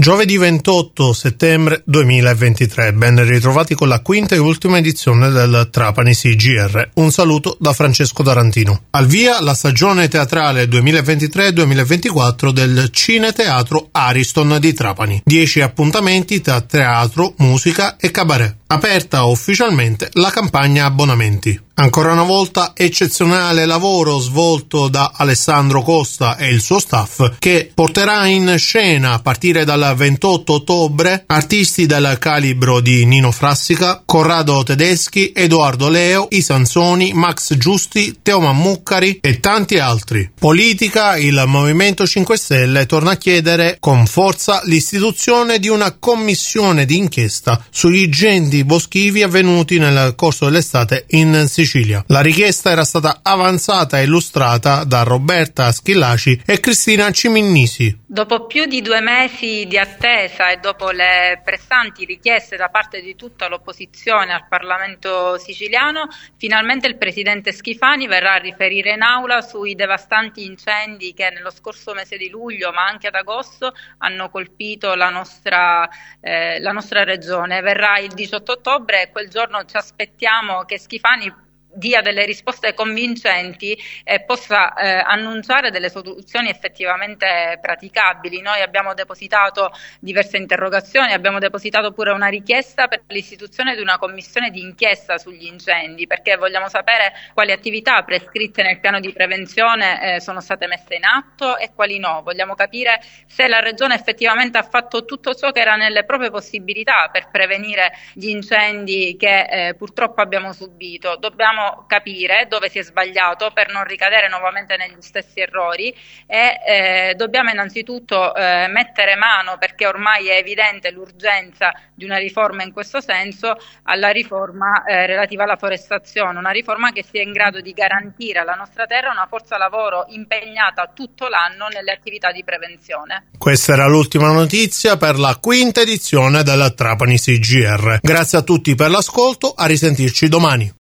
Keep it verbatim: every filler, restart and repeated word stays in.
Giovedì ventotto settembre duemilaventitré, ben ritrovati con la quinta e ultima edizione del Trapani C G R. Un saluto da Francesco Tarantino. Al via la stagione teatrale duemilaventitré duemilaventiquattro del Cineteatro Ariston di Trapani. Dieci appuntamenti tra teatro, musica e cabaret. Aperta ufficialmente la campagna abbonamenti. Ancora una volta eccezionale lavoro svolto da Alessandro Costa e il suo staff, che porterà in scena a partire dal ventotto ottobre artisti del calibro di Nino Frassica, Corrado Tedeschi, Edoardo Leo, I Sansoni, Max Giusti, Teo Mammucari e tanti altri. Politica: il Movimento cinque Stelle torna a chiedere con forza l'istituzione di una commissione di inchiesta sugli incendi boschivi avvenuti nel corso dell'estate in Sicilia. La richiesta era stata avanzata e illustrata da Roberta Schillaci e Cristina Ciminnisi. Dopo più di due mesi di attesa e dopo le pressanti richieste da parte di tutta l'opposizione al Parlamento siciliano, finalmente il presidente Schifani verrà a riferire in aula sui devastanti incendi che nello scorso mese di luglio, ma anche ad agosto, hanno colpito la nostra, eh, la nostra regione. Verrà il diciotto ottobre e quel giorno ci aspettiamo che Schifani dia delle risposte convincenti e possa eh, annunciare delle soluzioni effettivamente praticabili. Noi abbiamo depositato diverse interrogazioni, abbiamo depositato pure una richiesta per l'istituzione di una commissione di inchiesta sugli incendi, perché vogliamo sapere quali attività prescritte nel piano di prevenzione eh, sono state messe in atto e quali no. Vogliamo capire se la Regione effettivamente ha fatto tutto ciò che era nelle proprie possibilità per prevenire gli incendi che eh, purtroppo abbiamo subito. Dobbiamo capire dove si è sbagliato per non ricadere nuovamente negli stessi errori e eh, dobbiamo innanzitutto eh, mettere mano, perché ormai è evidente l'urgenza di una riforma in questo senso, alla riforma eh, relativa alla forestazione, una riforma che sia in grado di garantire alla nostra terra una forza lavoro impegnata tutto l'anno nelle attività di prevenzione. Questa era l'ultima notizia per la quinta edizione della Trapani C G R. Grazie a tutti per l'ascolto, a risentirci domani.